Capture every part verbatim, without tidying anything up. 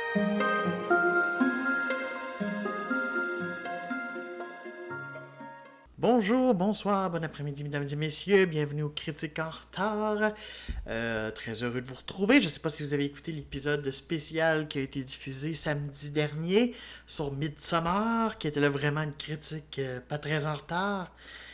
Bonjour, bonsoir, bon après-midi, mesdames et messieurs. Bienvenue aux Critiques en retard. Euh, très heureux de vous retrouver. Je ne sais pas si vous avez écouté l'épisode spécial qui a été diffusé samedi dernier sur Midsommar, qui était là vraiment une critique euh, pas très en retard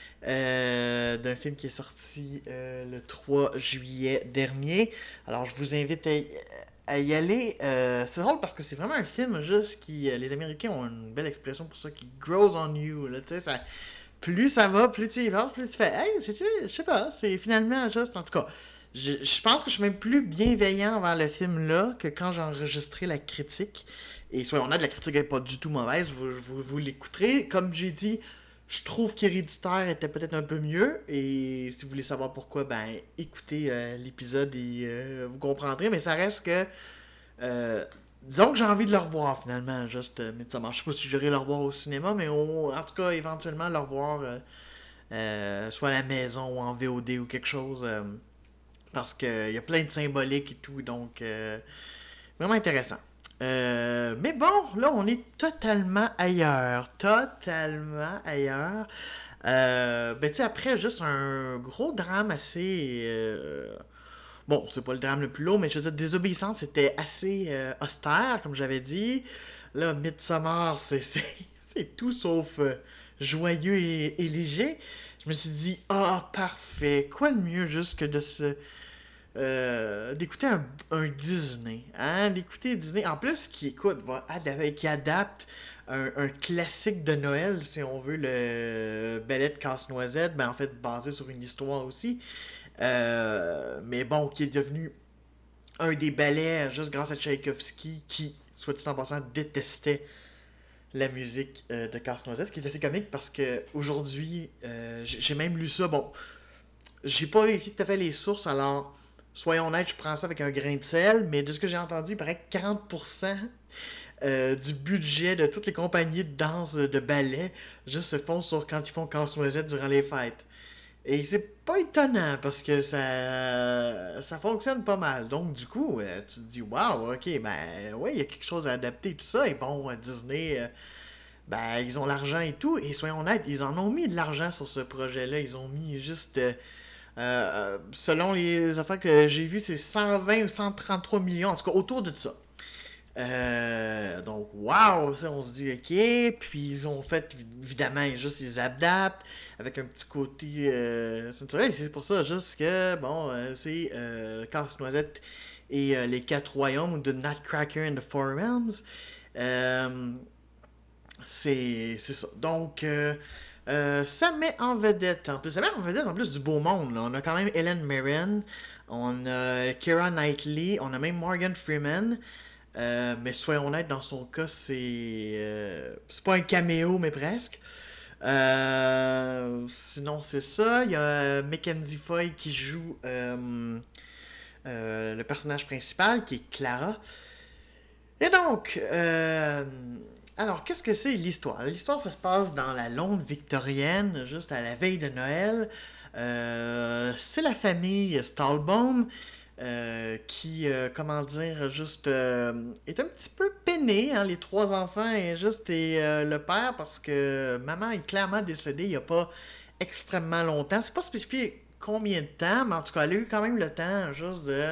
euh, d'un film qui est sorti euh, le trois juillet dernier. Alors, je vous invite à, à y aller. Euh, c'est drôle parce que c'est vraiment un film juste qui... euh, les Américains ont une belle expression pour ça, qui grows on you. Là, tu sais, ça plus ça va, plus tu y penses, plus tu fais hey, c'est-tu, je sais pas, c'est finalement juste, en tout cas, je, je pense que je suis même plus bienveillant envers le film là que quand j'ai enregistré la critique. Et soyons honnêtes, la critique n'est pas du tout mauvaise, vous, vous, vous l'écouterez. Comme j'ai dit, je trouve qu'Héréditaire était peut-être un peu mieux. Et si vous voulez savoir pourquoi, ben écoutez euh, l'épisode et euh, vous comprendrez. Mais ça reste que euh, disons que j'ai envie de le revoir finalement, juste euh, Midsommar. Je sais pas si j'irai le revoir au cinéma, mais au- en tout cas, éventuellement le revoir euh, euh, soit à la maison ou en V O D ou quelque chose. Euh, parce qu'il y a plein de symboliques et tout, donc euh, vraiment intéressant. Euh, mais bon, là, on est totalement ailleurs. Totalement ailleurs. Euh, ben, tu sais, après juste un gros drame assez. Euh, bon, c'est pas le drame le plus lourd, mais je veux dire, Désobéissance c'était assez euh, austère, comme j'avais dit. Là, Midsommar, c'est, c'est, c'est tout sauf euh, joyeux et, et léger. Je me suis dit, ah, parfait. Quoi de mieux juste que de se. euh, d'écouter un, un Disney. Hein? D'écouter Disney. En plus, qui écoute, va, qui adapte un, un classique de Noël, si on veut, le ballet de Casse-Noisette, ben en fait, basé sur une histoire aussi. Euh, mais bon, qui est devenu un des ballets juste grâce à Tchaïkovski, qui, soit dit en passant, détestait la musique euh, de Casse-Noisette, ce qui est assez comique parce que aujourd'hui, euh, j'ai j'ai même lu ça. Bon, j'ai pas vérifié tout à fait les sources, alors soyons honnêtes, je prends ça avec un grain de sel, mais de ce que j'ai entendu, il paraît que quarante pour cent euh, du budget de toutes les compagnies de danse de ballet juste se font sur quand ils font Casse-Noisette durant les fêtes. Et c'est pas étonnant parce que ça ça fonctionne pas mal. Donc du coup, euh, tu te dis waouh, ok, ben ouais, il y a quelque chose à adapter tout ça. Et bon, euh, Disney, euh, ben ils ont l'argent et tout. Et soyons honnêtes, ils en ont mis de l'argent sur ce projet-là. Ils ont mis juste, euh, euh, selon les affaires que j'ai vues, c'est cent vingt ou cent trente-trois millions, en tout cas autour de ça. Euh, donc, waouh, ça, on se dit, ok. Puis, ils ont fait, évidemment, juste, ils adaptent avec un petit côté euh, naturel. C'est pour ça, juste que, bon, euh, c'est euh, Casse-Noisette et euh, les Quatre Royaumes, ou The Nutcracker and the Four Realms. Euh, c'est, c'est ça. Donc, euh, euh, ça met en vedette, en plus, ça met en vedette, en plus, du beau monde, là. On a quand même Helen Mirren, on a Keira Knightley, on a même Morgan Freeman. Euh, mais soyons honnêtes, dans son cas, c'est. Euh, c'est pas un caméo, mais presque. Euh, sinon, c'est ça. Il y a Mackenzie Foy qui joue euh, euh, le personnage principal, qui est Clara. Et donc, euh, alors, qu'est-ce que c'est l'histoire? L'histoire, ça se passe dans la Londres victorienne, juste à la veille de Noël. Euh, c'est la famille Stahlbaum euh, qui, euh, comment dire, juste euh, est un petit peu peiné, hein, les trois enfants et juste et euh, le père parce que maman est clairement décédée il n'y a pas extrêmement longtemps. C'est pas spécifié combien de temps, mais en tout cas, elle a eu quand même le temps juste de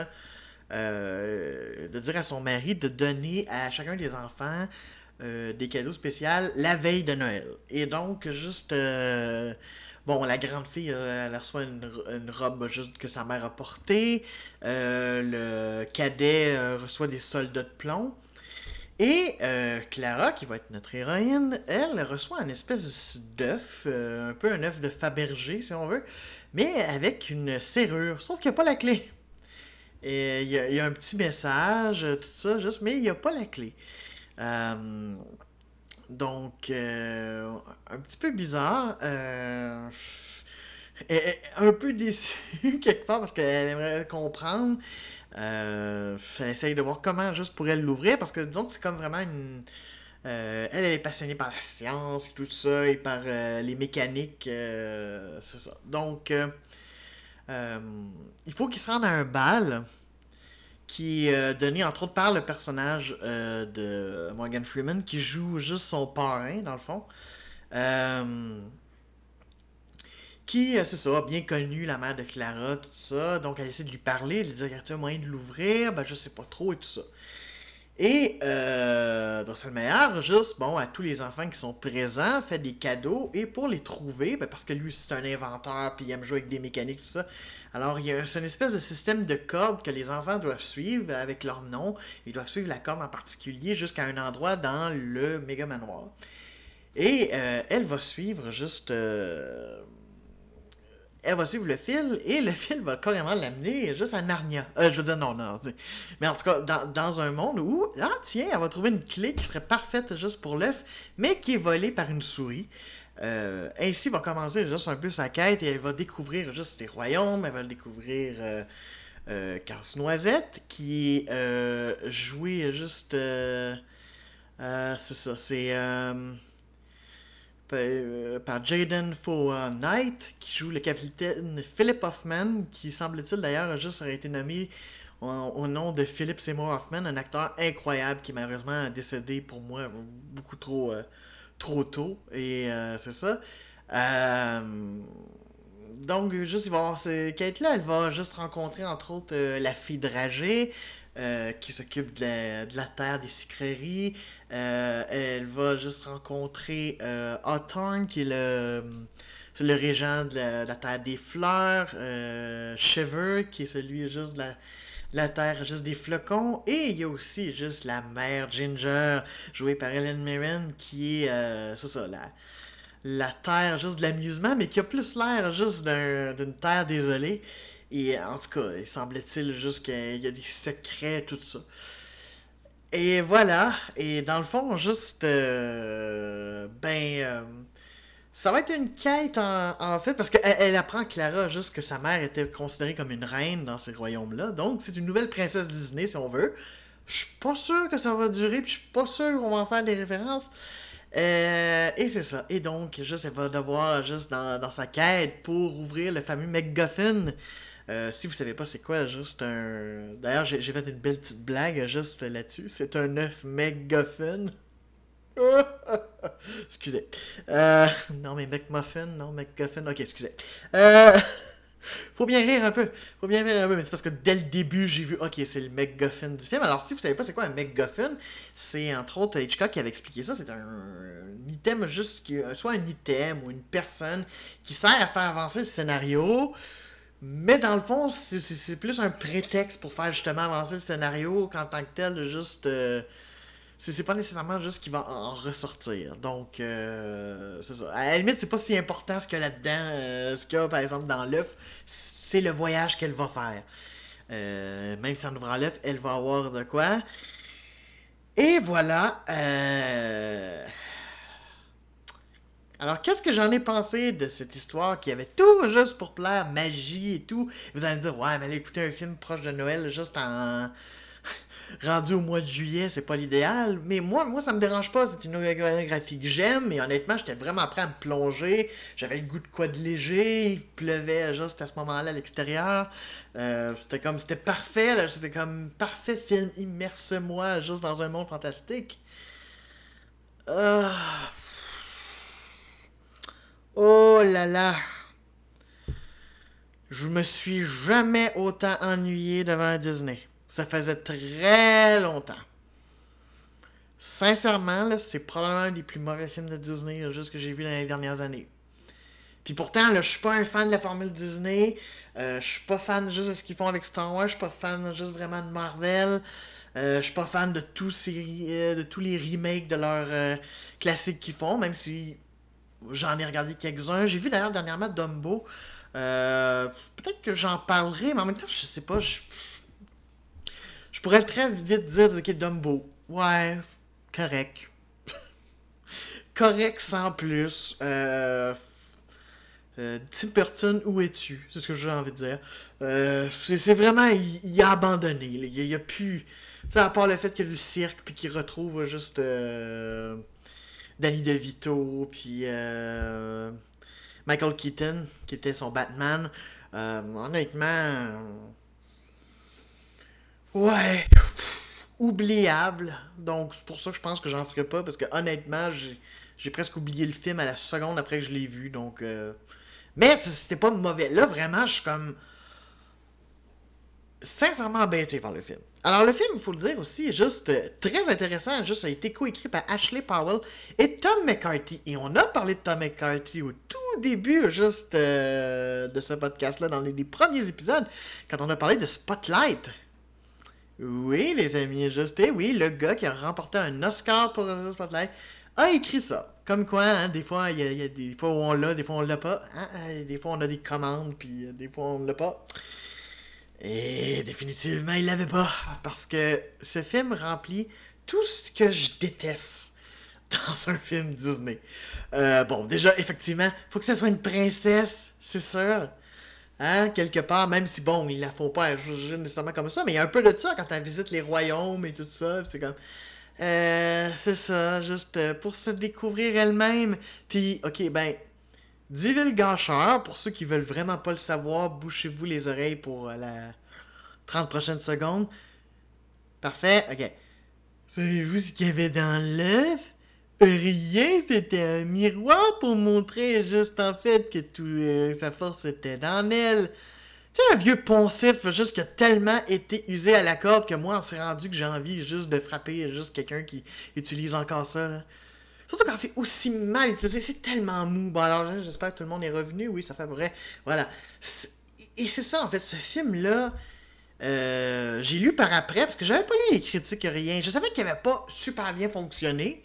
euh, de dire à son mari de donner à chacun des enfants euh, des cadeaux spéciaux la veille de Noël. Et donc, juste. Euh, bon, la grande fille, euh, elle reçoit une, une robe juste que sa mère a portée. Euh, le cadet euh, reçoit des soldats de plomb. Et euh, Clara, qui va être notre héroïne, elle reçoit une espèce d'œuf, euh, un peu un œuf de Fabergé, si on veut, mais avec une serrure, sauf qu'il n'y a pas la clé. Et il y, a- il y a un petit message, euh, tout ça, juste, mais il n'y a pas la clé. Euh, donc, euh, un petit peu bizarre. Euh, elle est un peu déçue quelque part parce qu'elle aimerait comprendre. Euh, elle essaye de voir comment juste pour elle l'ouvrir parce que disons que c'est comme vraiment une. Euh, elle, elle est passionnée par la science et tout ça et par euh, les mécaniques. Euh, c'est ça. Donc, euh, euh, il faut qu'il se rende à un bal qui est euh, donné entre autres par le personnage euh, de Morgan Freeman, qui joue juste son parrain, dans le fond. Euh, qui, euh, c'est ça, a bien connu la mère de Clara, tout ça. Donc, elle essaie de lui parler, de lui dire, y a un moyen de l'ouvrir? Ben, je sais pas trop, et tout ça. Et euh, Drosselmeyer, juste, bon, à tous les enfants qui sont présents, fait des cadeaux. Et pour les trouver, ben, parce que lui, c'est un inventeur, puis il aime jouer avec des mécaniques, tout ça. Alors, il y a un- c'est une espèce de système de cordes que les enfants doivent suivre avec leur nom. Ils doivent suivre la corde en particulier jusqu'à un endroit dans le méga manoir. Et euh, elle va suivre juste... euh, elle va suivre le fil et le fil va carrément l'amener juste à Narnia. Euh, je veux dire, non, non. T'sais. Mais en tout cas, dans, dans un monde où, ah tiens, elle va trouver une clé qui serait parfaite juste pour l'œuf, mais qui est volée par une souris. Euh, ainsi va commencer juste un peu sa quête et elle va découvrir juste des royaumes, elle va découvrir euh, euh, Casse-Noisette, qui est euh, joué juste... euh, euh, c'est ça, c'est... euh, euh, par Jaden Four Knight, qui joue le capitaine Philip Hoffman, qui semble-t-il d'ailleurs a juste été nommé au, au nom de Philip Seymour Hoffman, un acteur incroyable qui malheureusement a décédé pour moi beaucoup trop, euh, trop tôt. Et euh, c'est ça. Euh, donc, juste, il va avoir cette quête-là. Elle va juste rencontrer, entre autres, euh, la fille dragée, euh, qui s'occupe de la, de la terre des sucreries. Euh, elle va juste rencontrer euh, Hawthorne, qui est le, c'est le régent de la, de la terre des fleurs. Euh, Shiver, qui est celui juste de la, de la terre juste des flocons. Et il y a aussi juste la mère Ginger, jouée par Helen Mirren, qui est, euh, c'est ça, la, la terre juste de l'amusement, mais qui a plus l'air juste d'un, d'une terre désolée. Et en tout cas, il semblait-il juste qu'il y a des secrets, tout ça. Et voilà. Et dans le fond, juste. euh, ben. euh, ça va être une quête en, en fait, parce qu'elle elle apprend Clara juste que sa mère était considérée comme une reine dans ces royaumes-là. Donc, c'est une nouvelle princesse Disney, si on veut. Je suis pas sûr que ça va durer, puis je suis pas sûr qu'on va en faire des références. Euh, et c'est ça. Et donc, juste, elle va devoir, juste dans, dans sa quête, pour ouvrir le fameux MacGuffin. Euh, si vous savez pas c'est quoi, juste un... D'ailleurs, j'ai, j'ai fait une belle petite blague juste là-dessus. C'est un œuf MacGuffin. Excusez. Euh, non, mais McMuffin, non, McGuffin. Ok, excusez. Euh, faut bien rire un peu. Faut bien rire un peu, mais c'est parce que dès le début, j'ai vu, ok, c'est le MacGuffin du film. Alors, si vous savez pas c'est quoi un MacGuffin, c'est entre autres Hitchcock qui avait expliqué ça. C'est un, un item juste, qui, soit un item ou une personne qui sert à faire avancer le scénario. Mais dans le fond, c'est, c'est- c'est plus un prétexte pour faire justement avancer le scénario qu'en tant que tel, de juste. euh, c'est, c'est pas nécessairement juste qu'il va en ressortir. Donc, euh, c'est ça. À la limite, c'est pas si important ce qu'il y a là-dedans. euh, ce qu'il y a, par exemple, dans l'œuf, c'est le voyage qu'elle va faire. Euh, même si en ouvrant l'œuf, elle va avoir de quoi. Et voilà. euh, Alors, qu'est-ce que j'en ai pensé de cette histoire qui avait tout juste pour plaire, magie et tout? Vous allez me dire, ouais, mais allez écouter un film proche de Noël juste en, rendu au mois de juillet, c'est pas l'idéal. Mais moi, moi, ça me dérange pas. C'est une chorégraphie que j'aime. Et honnêtement, j'étais vraiment prêt à me plonger. J'avais le goût de quoi de léger. Il pleuvait juste à ce moment-là à l'extérieur. Euh, c'était comme, c'était parfait. Là. C'était comme, parfait film. Immerse-moi juste dans un monde fantastique. Euh, Oh là là. Je me suis jamais autant ennuyé devant un Disney. Ça faisait très longtemps. Sincèrement, là, c'est probablement un des plus mauvais films de Disney là, juste que j'ai vu dans les dernières années. Puis pourtant, là, je suis pas un fan de la formule Disney. Euh, je suis pas fan juste de ce qu'ils font avec Star Wars. Je suis pas fan juste vraiment de Marvel. Euh, je suis pas fan de tous, ces, euh, de tous les remakes de leurs euh, classiques qu'ils font, même si j'en ai regardé quelques-uns. J'ai vu d'ailleurs dernièrement Dumbo. Euh, Peut-être que j'en parlerai, mais en même temps, je sais pas. Je, je pourrais très vite dire ok, Dumbo. Ouais, correct. Correct sans plus. Euh, euh, Tim Burton, où es-tu? C'est ce que j'ai envie de dire. Euh, c'est, c'est vraiment. Il, il a abandonné. Là. Il, il a plus. Tu sais, à part le fait qu'il y a du cirque, puis qu'il retrouve juste. Euh, Danny DeVito, puis. Euh, Michael Keaton, qui était son Batman. Euh, honnêtement. Ouais, oubliable. Donc, c'est pour ça que je pense que j'en ferai pas, parce que honnêtement, j'ai, j'ai presque oublié le film à la seconde après que je l'ai vu, donc... euh, Mais c'était pas mauvais. Là, vraiment, je suis comme sincèrement embêté par le film. Alors, le film, il faut le dire aussi, est juste euh, très intéressant. Juste, a été coécrit par Ashley Powell et Tom McCarthy. Et on a parlé de Tom McCarthy au tout début, juste euh, de ce podcast-là, dans les, les premiers épisodes, quand on a parlé de Spotlight. Oui, les amis, juste, eh oui, le gars qui a remporté un Oscar pour le Spotlight a écrit ça. Comme quoi, hein, des fois, il y, a- il y a des fois où on l'a, des fois on l'a pas. Hein, euh, des fois, on a des commandes, puis euh, des fois, on l'a pas. Et définitivement, il l'avait pas. Parce que ce film remplit tout ce que je déteste dans un film Disney. Euh, bon, déjà, effectivement, faut que ce soit une princesse, c'est sûr. Hein, quelque part, même si bon, ils la font pas juger nécessairement comme ça, mais il y a un peu de ça quand elle visite les royaumes et tout ça, pis c'est comme. Euh, c'est ça, juste euh, pour se découvrir elle-même. Puis, ok, ben, Diville Gâcheur, pour ceux qui veulent vraiment pas le savoir, bouchez-vous les oreilles pour euh, la trente prochaines secondes. Parfait, ok. Savez-vous ce qu'il y avait dans l'œuf? Rien, c'était un miroir pour montrer juste en fait que tout, euh, sa force était dans elle. Tu sais, un vieux poncif juste qui a tellement été usé à la corde que moi, on s'est rendu que j'ai envie juste de frapper juste quelqu'un qui utilise encore ça. Là. Surtout quand c'est aussi mal utilisé, c'est tellement mou. Bon, alors j'espère que tout le monde est revenu. Oui, ça fait vrai. Voilà. C'est- Et c'est ça, en fait, ce film-là, euh, j'ai lu par après, parce que j'avais pas lu les critiques, rien. Je savais qu'il avait pas super bien fonctionné.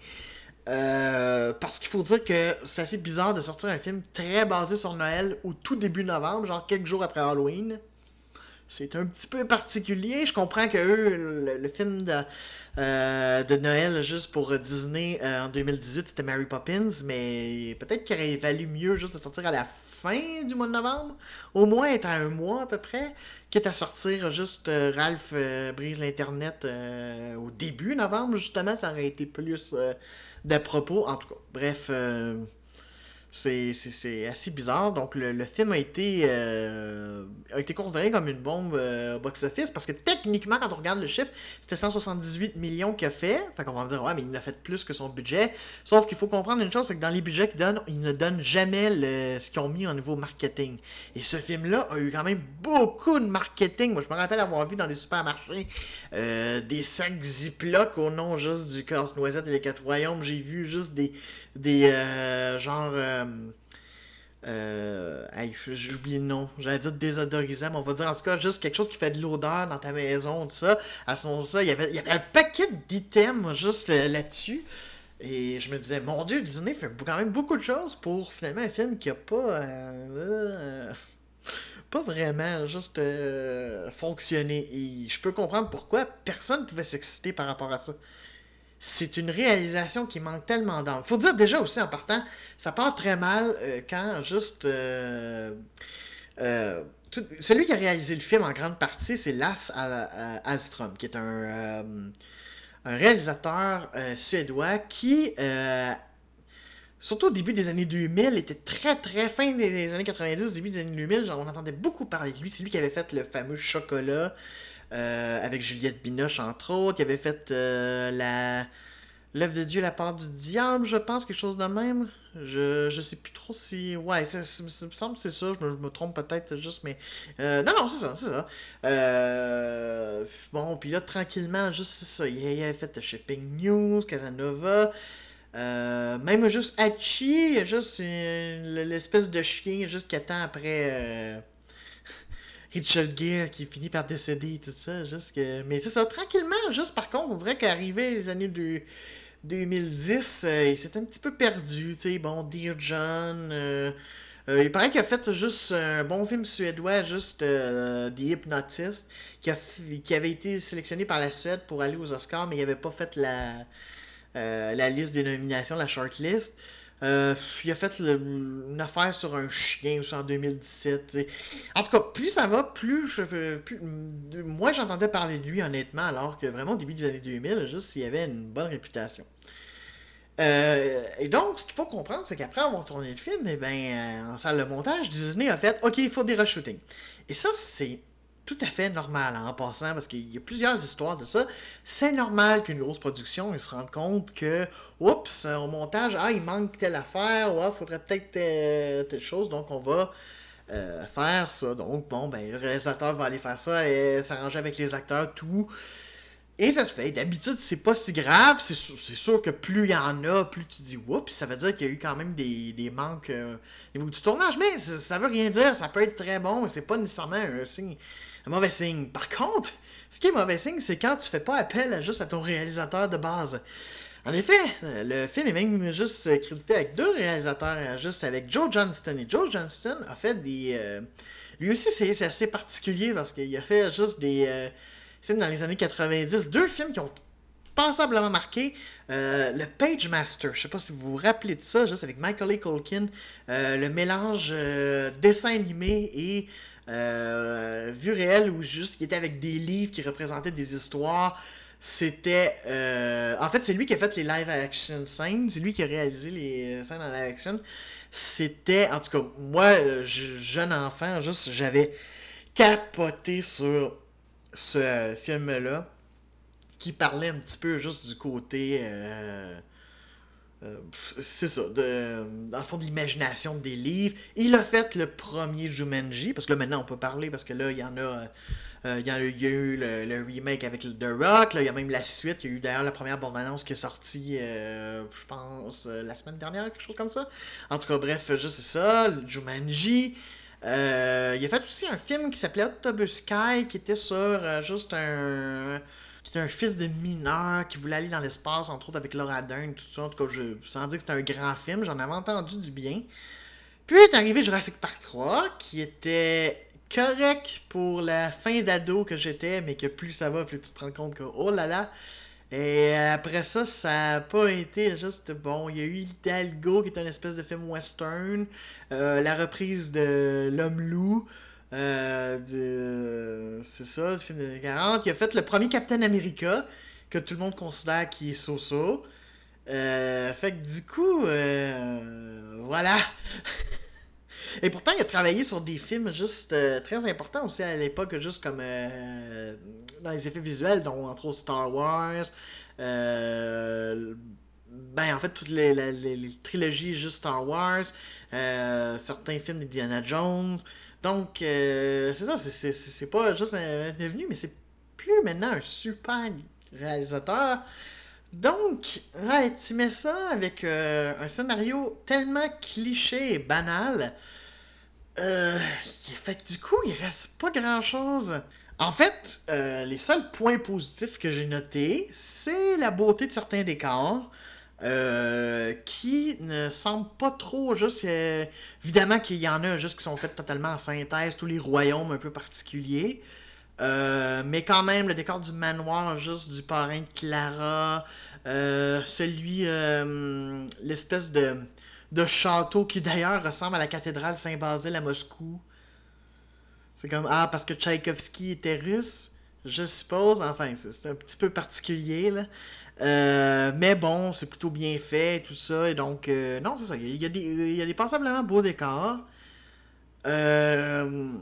Euh, parce qu'il faut dire que c'est assez bizarre de sortir un film très basé sur Noël au tout début novembre, genre quelques jours après Halloween. C'est un petit peu particulier. Je comprends que eux, le, le film de, euh, de Noël juste pour Disney euh, en deux mille dix-huit, c'était Mary Poppins, mais peut-être qu'il aurait valu mieux juste de sortir à la fin du mois de novembre, au moins être à un mois à peu près, quitte à sortir juste euh, Ralph euh, brise l'internet euh, au début novembre, justement, ça aurait été plus euh, d'à propos. En tout cas, bref, euh, c'est, c'est, c'est assez bizarre. Donc, le, le film a été, euh, a été considéré comme une bombe euh, au box-office parce que techniquement, quand on regarde le chiffre, c'était cent soixante-dix-huit millions qu'il a fait. Fait qu'on va me dire, ouais, mais il a fait plus que son budget. Sauf qu'il faut comprendre une chose, c'est que dans les budgets qu'ils donnent, ils ne donnent jamais le, ce qu'ils ont mis au niveau marketing. Et ce film-là a eu quand même beaucoup de marketing. Moi, je me rappelle avoir vu dans des supermarchés euh, des sacs Ziploc au nom juste du Casse-Noisette et les Quatre Royaumes. J'ai vu juste des, des euh, genre. Euh, euh, hey, j'ai oublié le nom. J'allais dire désodorisant, mais on va dire en tout cas juste quelque chose qui fait de l'odeur dans ta maison, tout ça. À son ça, il y avait, il y avait un paquet d'items juste euh, là-dessus. Et je me disais, mon Dieu, Disney fait quand même beaucoup de choses pour finalement un film qui a pas. Euh, euh, pas vraiment juste euh, fonctionné. Et je peux comprendre pourquoi personne ne pouvait s'exciter par rapport à ça. C'est une réalisation qui manque tellement d'âme. Faut dire déjà aussi en partant, ça part très mal euh, quand juste euh, euh, tout- celui qui a réalisé le film en grande partie, c'est Lasse Hallström, qui est un, euh, un réalisateur euh, suédois qui, euh, surtout au début des années deux mille, était très très fin des, des années quatre-vingt-dix, début des années deux mille, genre, on entendait beaucoup parler de lui. C'est lui qui avait fait le fameux Chocolat euh, avec Juliette Binoche entre autres. Il avait fait euh, la L'œuvre de Dieu, la part du diable, je pense, quelque chose de même. Je, je sais plus trop si. Ouais, ça, ça- ça me semble que c'est ça, je me, je me trompe peut-être juste, mais. euh, non, non, c'est ça, c'est ça. Euh, bon, puis là, tranquillement, juste c'est ça. Il, il avait fait Shipping News, Casanova. Euh, même juste Hachi, il y a juste une- l'espèce de chien juste qui attend après. euh, Richard Gere qui finit par décéder et tout ça. Juste que... Mais c'est ça, tranquillement, juste par contre, on dirait qu'arrivé les années de deux mille dix, euh, il s'est un petit peu perdu. Tu sais, bon, Dear John. euh, euh, il paraît qu'il a fait juste un bon film suédois, juste euh, The Hypnotist, qui, a, f- qui avait été sélectionné par la Suède pour aller aux Oscars, mais il n'avait pas fait la, euh, la liste des nominations, la shortlist. Euh, il a fait le- une affaire sur un chien aussi en deux mille dix-sept. Tu sais. En tout cas, plus ça va, plus je plus, moi j'entendais parler de lui honnêtement, alors que vraiment au début des années deux mille, juste s'il avait une bonne réputation. Euh, et donc, ce qu'il faut comprendre, c'est qu'après avoir tourné le film, eh ben, euh, en salle de montage, Disney a fait OK, il faut des reshootings. Et ça, c'est tout à fait normal hein, en passant, parce qu'il y a plusieurs histoires de ça. C'est normal qu'une grosse production ils se rende compte que, oups, au montage, ah, il manque telle affaire, ou ah, faudrait peut-être telle, telle chose, donc on va euh, faire ça. Donc, bon, ben, le réalisateur va aller faire ça et s'arranger avec les acteurs, tout. Et ça se fait. D'habitude, c'est pas si grave. C'est sûr, c'est sûr que plus il y en a, plus tu dis oups, ça veut dire qu'il y a eu quand même des, des manques euh, au niveau du tournage. Mais ça, ça veut rien dire. Ça peut être très bon. C'est pas nécessairement un signe, un mauvais signe. Par contre, ce qui est mauvais signe, c'est quand tu fais pas appel à, juste à ton réalisateur de base. En effet, le film est même juste crédité avec deux réalisateurs, juste avec Joe Johnston. Et Joe Johnston a fait des... Euh, lui aussi, c'est, c'est assez particulier parce qu'il a fait juste des... Euh, films dans les années quatre-vingt-dix, deux films qui ont passablement marqué. Euh, le Page Master, je sais pas si vous vous rappelez de ça, juste avec Michael A. Culkin, euh, le mélange euh, dessin animé et euh, vue réelle, où juste qui était avec des livres qui représentaient des histoires. C'était... Euh... En fait, c'est lui qui a fait les live-action scènes, c'est lui qui a réalisé les scènes en live-action. C'était, en tout cas, moi, jeune enfant, juste, j'avais capoté sur ce film-là, qui parlait un petit peu juste du côté... Euh, euh, c'est ça, de, dans le fond de l'imagination des livres. Il a fait le premier Jumanji, parce que là maintenant on peut parler, parce que là il y en a... Euh, il, y a, il y a eu le, le remake avec The Rock, là, il y a même la suite, il y a eu d'ailleurs la première bande-annonce qui est sortie, euh, je pense, euh, la semaine dernière, quelque chose comme ça. En tout cas, bref, juste c'est ça, le Jumanji. Euh, il a fait aussi un film qui s'appelait Octopus Sky, qui était sur euh, juste un... qui était un fils de mineur qui voulait aller dans l'espace, entre autres avec Laura Dern, tout ça. En tout cas, je, sans dire que c'était un grand film, j'en avais entendu du bien. Puis est arrivé Jurassic Park trois, qui était correct pour la fin d'ado que j'étais, mais que plus ça va, plus tu te rends compte que oh là là. Et après ça, ça a pas été juste bon. Il y a eu Hidalgo, qui est une espèce de film western, euh, la reprise de L'Homme Loup, euh, de... c'est ça, le film des années quarante. Il a fait le premier Captain America, que tout le monde considère qui est so-so. Euh, fait que du coup, euh, voilà. Et pourtant, il a travaillé sur des films juste euh, très importants aussi à l'époque, juste comme euh, dans les effets visuels, dont entre autres Star Wars, euh, ben en fait toutes les, les, les, les trilogies juste Star Wars, euh, certains films d'Indiana Jones. Donc, euh, c'est ça, c'est, c'est, c'est pas juste un devenu, mais c'est plus maintenant un super réalisateur. Donc, ouais, tu mets ça avec euh, un scénario tellement cliché et banal. Euh, fait que du coup, il reste pas grand chose. En fait, euh, les seuls points positifs que j'ai notés, c'est la beauté de certains décors. Euh, qui ne semblent pas trop juste... Euh, évidemment qu'il y en a juste qui sont faits totalement en synthèse, tous les royaumes un peu particuliers. Euh, mais quand même, le décor du manoir, juste du parrain de Clara, euh, celui, euh, l'espèce de, de château qui d'ailleurs ressemble à la cathédrale Saint-Basile à Moscou. C'est comme, ah, parce que Tchaïkovski était russe, je suppose. Enfin, c'est, c'est un petit peu particulier, là. Euh, mais bon, c'est plutôt bien fait, tout ça. Et donc, euh, non, c'est ça. Il y, a des, il y a des passablement beaux décors. Euh...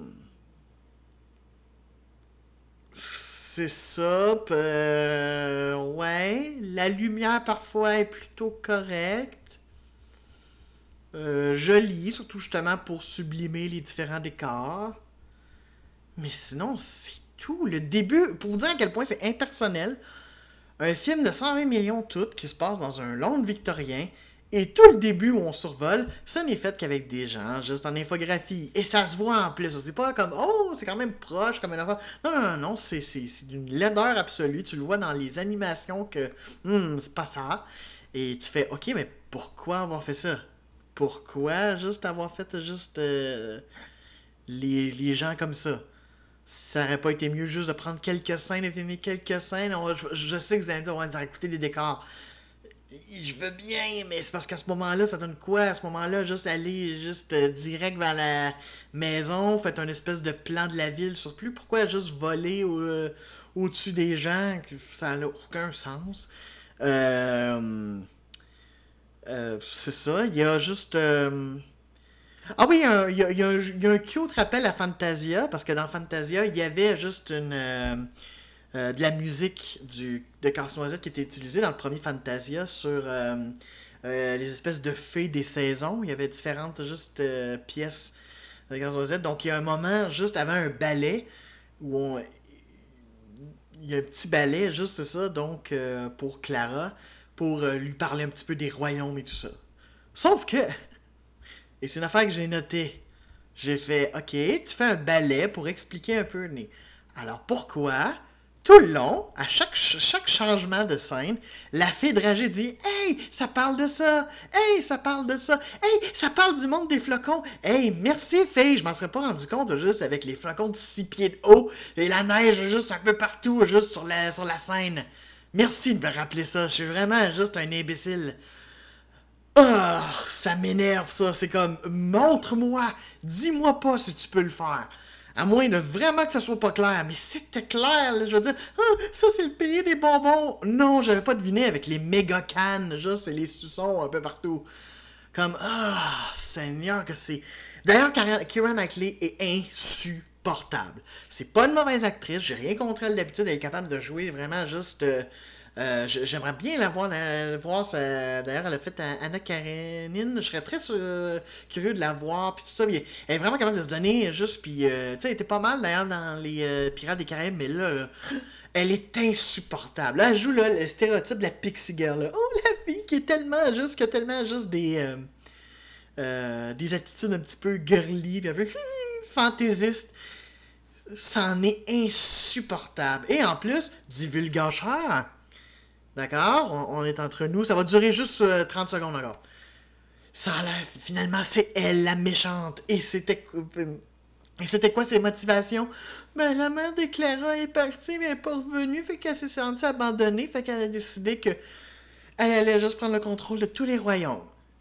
C'est ça. Euh, ouais. La lumière parfois est plutôt correcte. Euh, jolie, surtout justement pour sublimer les différents décors. Mais sinon, c'est tout. Le début, pour vous dire à quel point c'est impersonnel, un film de cent vingt millions tout qui se passe dans un Londres victorien. Et tout le début où on survole, ça n'est fait qu'avec des gens, juste en infographie. Et ça se voit en plus. C'est pas comme, oh, c'est quand même proche comme une affaire. Non, non, non, non, c'est, c'est, c'est d'une laideur absolue. Tu le vois dans les animations que, hum, c'est pas ça. Et tu fais, ok, mais pourquoi avoir fait ça? Pourquoi juste avoir fait juste euh, les, les gens comme ça? Ça aurait pas été mieux juste de prendre quelques scènes, de filmer quelques scènes. On, je, je sais que vous allez dire, on va dire, écoutez les décors. Je veux bien, mais c'est parce qu'à ce moment-là, ça donne quoi? À ce moment-là, juste aller juste euh, direct vers la maison, faites un espèce de plan de la ville sur plus. Pourquoi juste voler au, euh, au-dessus des gens? Ça n'a aucun sens. Euh, euh, c'est ça. Il y a juste... Euh, Ah oui, il y, a un- il y a, il y a un il y a un cute rappel à Fantasia, parce que dans Fantasia, il y avait juste une, euh, euh, de la musique du, de Casse-Noisette qui était utilisée dans le premier Fantasia sur euh, euh, les espèces de fées des saisons. Il y avait différentes juste euh, pièces de Casse-Noisette. Donc il y a un moment juste avant un ballet où on, il y a un petit ballet, juste c'est ça, donc euh, pour Clara, pour euh, lui parler un petit peu des royaumes et tout ça. Sauf que, et c'est une affaire que j'ai notée, j'ai fait, ok, tu fais un ballet pour expliquer un peu. né. Alors pourquoi, tout le long, à chaque, chaque changement de scène, la fille dragée dit, hey, ça parle de ça, hey, ça parle de ça, hey, ça parle du monde des flocons, hey, merci fille, je m'en serais pas rendu compte juste avec les flocons de six pieds de haut et la neige juste un peu partout, juste sur la, sur la scène. Merci de me rappeler ça, je suis vraiment juste un imbécile. Ah, ça m'énerve ça. C'est comme, montre-moi, dis-moi pas si tu peux le faire. À moins de vraiment que ça soit pas clair. Mais c'était clair, là. Je veux dire, ah, ça c'est le pays des bonbons. Non, j'avais pas deviné avec les méga cannes, juste et les suçons un peu partout. Comme, ah, Seigneur, que c'est. D'ailleurs, Keira Knightley est insupportable. C'est pas une mauvaise actrice, j'ai rien contre elle d'habitude, elle est capable de jouer vraiment juste. euh, euh, J'aimerais bien la voir, la, voir ça. D'ailleurs, elle a fait Anna Karenine. Je serais très euh, curieux de la voir. Puis tout ça. Puis elle est vraiment capable de se donner juste. Puis, euh, tu sais, elle était pas mal d'ailleurs dans les euh, Pirates des Caraïbes. Mais là, là, elle est insupportable. Là, elle joue là, le stéréotype de la Pixie Girl. Là. Oh, la fille qui est tellement juste, qui a tellement juste des. Euh, euh, des attitudes un petit peu girly. Puis un peu hum, fantaisistes. C'en est insupportable. Et en plus, divulgateur. D'accord? On, on est entre nous. Ça va durer juste euh, trente secondes encore. Ça a l'air, finalement, c'est elle, la méchante. Et c'était... Et c'était quoi ses motivations? Ben, la mère de Clara est partie, mais elle n'est pas revenue, fait qu'elle s'est sentie abandonnée, fait qu'elle a décidé que elle allait juste prendre le contrôle de tous les royaumes.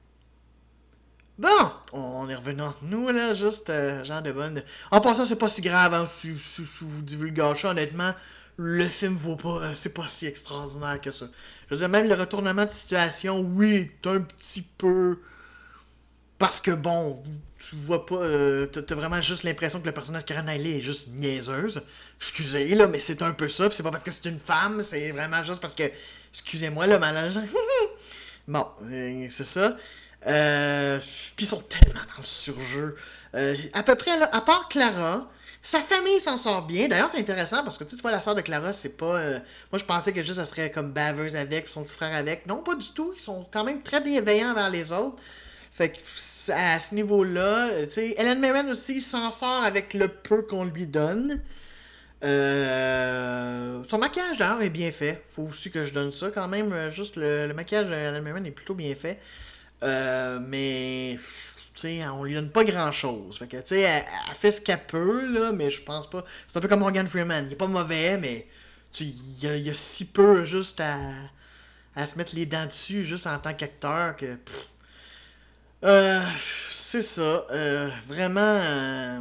Bon, on est revenu entre nous, là, juste euh, genre de bonne... En passant, c'est pas si grave, hein, si, si, si vous divulgachez, honnêtement, le film vaut pas... euh, c'est pas si extraordinaire que ça. Je veux dire, même le retournement de situation, oui, t'as un petit peu... Parce que, bon, tu vois pas... Euh, t'as, t'as vraiment juste l'impression que le personnage de Karen Knightley est juste niaiseuse. Excusez, là, mais c'est un peu ça, pis c'est pas parce que c'est une femme, c'est vraiment juste parce que... Excusez-moi, le malage. Bon, euh, c'est ça. Euh, Puis ils sont tellement dans le surjeu. Euh, à peu près, là, à part Clara, sa famille s'en sort bien. D'ailleurs, c'est intéressant parce que tu vois, la sœur de Clara, c'est pas. euh, Moi, je pensais que juste elle serait comme baveuse avec, puis son petit frère avec. Non, pas du tout. Ils sont quand même très bienveillants envers les autres. Fait que à ce niveau-là, tu sais, Helen Mirren aussi s'en sort avec le peu qu'on lui donne. Euh, Son maquillage d'ailleurs est bien fait. Faut aussi que je donne ça quand même. Juste le, le maquillage d'Helen Mirren est plutôt bien fait. Euh, mais, tu sais, on lui donne pas grand chose. Fait que, tu sais, elle, elle fait ce qu'elle peut, là, mais je pense pas. C'est un peu comme Morgan Freeman. Il est pas mauvais, mais, tu sais, il y, a, il y a si peu juste à, à se mettre les dents dessus, juste en tant qu'acteur, que. Pff. Euh, c'est ça. Euh, vraiment. euh,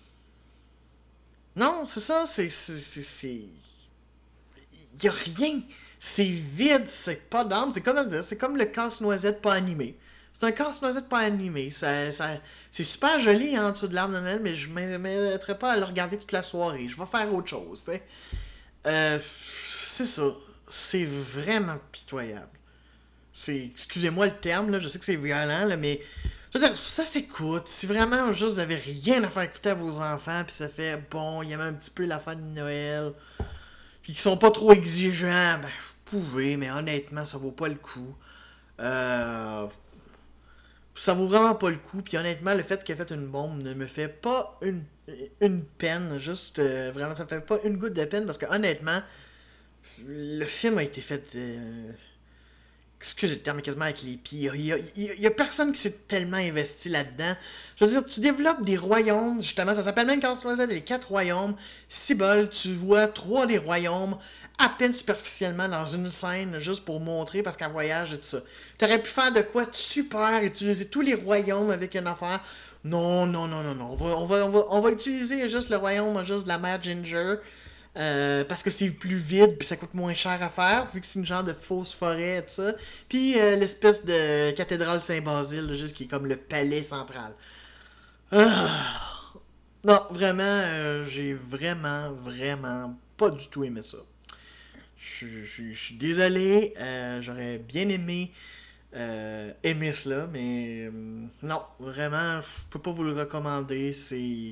Non, c'est ça. C'est. c'est, c'est, c'est- Il y a rien. C'est vide, c'est pas d'âme. C'est comme dire, c'est comme le casse-noisette pas animé. C'est un casse-noisette pas animé. Ça, ça, c'est super joli hein, en dessous de l'arbre de Noël, mais je ne m'arrêterai pas à le regarder toute la soirée. Je vais faire autre chose. t'sais. Euh, c'est ça. C'est vraiment pitoyable. C'est, excusez-moi le terme, là, je sais que c'est violent, là, mais je veux dire, ça s'écoute. Si vraiment juste vous avez rien à faire écouter à vos enfants, puis ça fait bon, il y a même un petit peu la fin de Noël, puis qui sont pas trop exigeants, ben vous pouvez, mais honnêtement, ça vaut pas le coup. Euh, Ça vaut vraiment pas le coup, puis honnêtement, le fait qu'elle ait fait une bombe ne me fait pas une, une peine, juste euh, vraiment, ça me fait pas une goutte de peine, parce que honnêtement, le film a été fait. Euh, excusez le terme, quasiment avec les pieds. Il y, a, il, y a, il y a personne qui s'est tellement investi là-dedans. Je veux dire, tu développes des royaumes, justement, ça s'appelle même Casse-Noisette, les quatre royaumes. Si bol, tu vois trois des royaumes à peine superficiellement dans une scène, juste pour montrer, parce qu'elle voyage et tout ça. T'aurais pu faire de quoi de super, utiliser tous les royaumes avec une affaire. Non, non, non, non, non. On va, on va, on va, on va utiliser juste le royaume juste de la mère Ginger. Euh, parce que c'est plus vide puis ça coûte moins cher à faire vu que c'est une genre de fausse forêt et tout ça. Puis euh, l'espèce de cathédrale Saint-Basile juste qui est comme le palais central. Ah! Non, vraiment, euh, j'ai vraiment, vraiment pas du tout aimé ça. Je je- je suis désolé, euh, j'aurais bien aimé euh, aimer cela, mais euh, non, vraiment, je peux pas vous le recommander. C'est.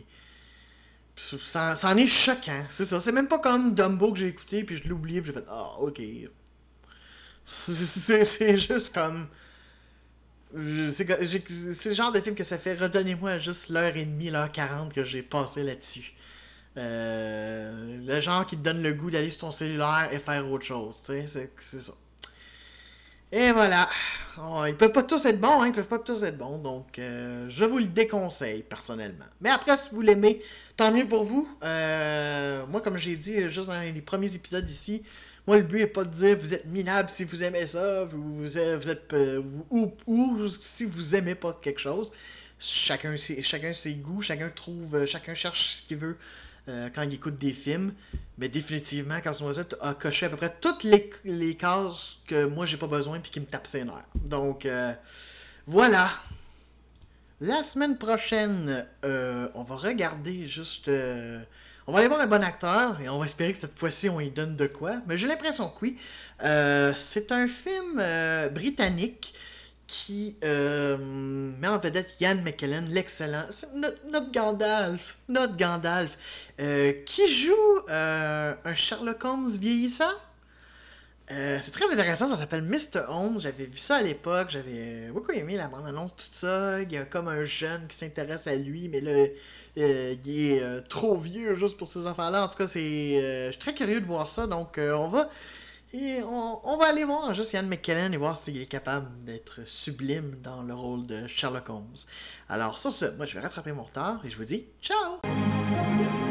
Ça, ça en est choquant, c'est ça. C'est même pas comme Dumbo que j'ai écouté, puis je l'ai oublié, puis j'ai fait ah, ok. C'est c'est- c'est juste comme. je- C'est que- j'ai- c'est le genre de film que ça fait redonnez-moi juste l'heure et demie, l'heure quarante que j'ai passé là-dessus. Euh, le genre qui te donne le goût d'aller sur ton cellulaire et faire autre chose, tu sais, c'est c'est ça. Et voilà. Oh, ils peuvent pas tous être bons, hein, ils peuvent pas tous être bons, donc euh, je vous le déconseille personnellement. Mais après, si vous l'aimez, tant mieux pour vous. Euh, moi, comme j'ai dit juste dans les premiers épisodes ici, moi le but est pas de dire vous êtes minable si vous aimez ça, vous êtes, vous êtes euh, vous- ou, ou si vous aimez pas quelque chose. Chacun ses, chacun ses goûts, chacun trouve, chacun cherche ce qu'il veut euh, quand il écoute des films. Mais définitivement, Casse Noisette a coché à peu près toutes les, les cases que moi j'ai pas besoin puis qui me tapent ses nerfs. Donc euh, voilà. La semaine prochaine, euh, on va regarder juste. euh, on va aller voir un bon acteur et on va espérer que cette fois-ci on y donne de quoi. Mais j'ai l'impression que oui. Euh, c'est un film euh, britannique qui euh, met en vedette Ian McKellen, l'excellent, c'est notre, notre Gandalf, notre Gandalf, euh, qui joue euh, un Sherlock Holmes vieillissant. Euh, c'est très intéressant, ça s'appelle mister Holmes. J'avais vu ça à l'époque, j'avais beaucoup aimé la bande-annonce, tout ça. Il y a comme un jeune qui s'intéresse à lui, mais là, euh, il est euh, trop vieux juste pour ces affaires-là. En tout cas, c'est, euh, je suis très curieux de voir ça, donc euh, on va et on, on va aller voir juste Ian McKellen et voir s'il est capable d'être sublime dans le rôle de Sherlock Holmes. Alors sur ce, moi je vais rattraper mon retard et je vous dis ciao!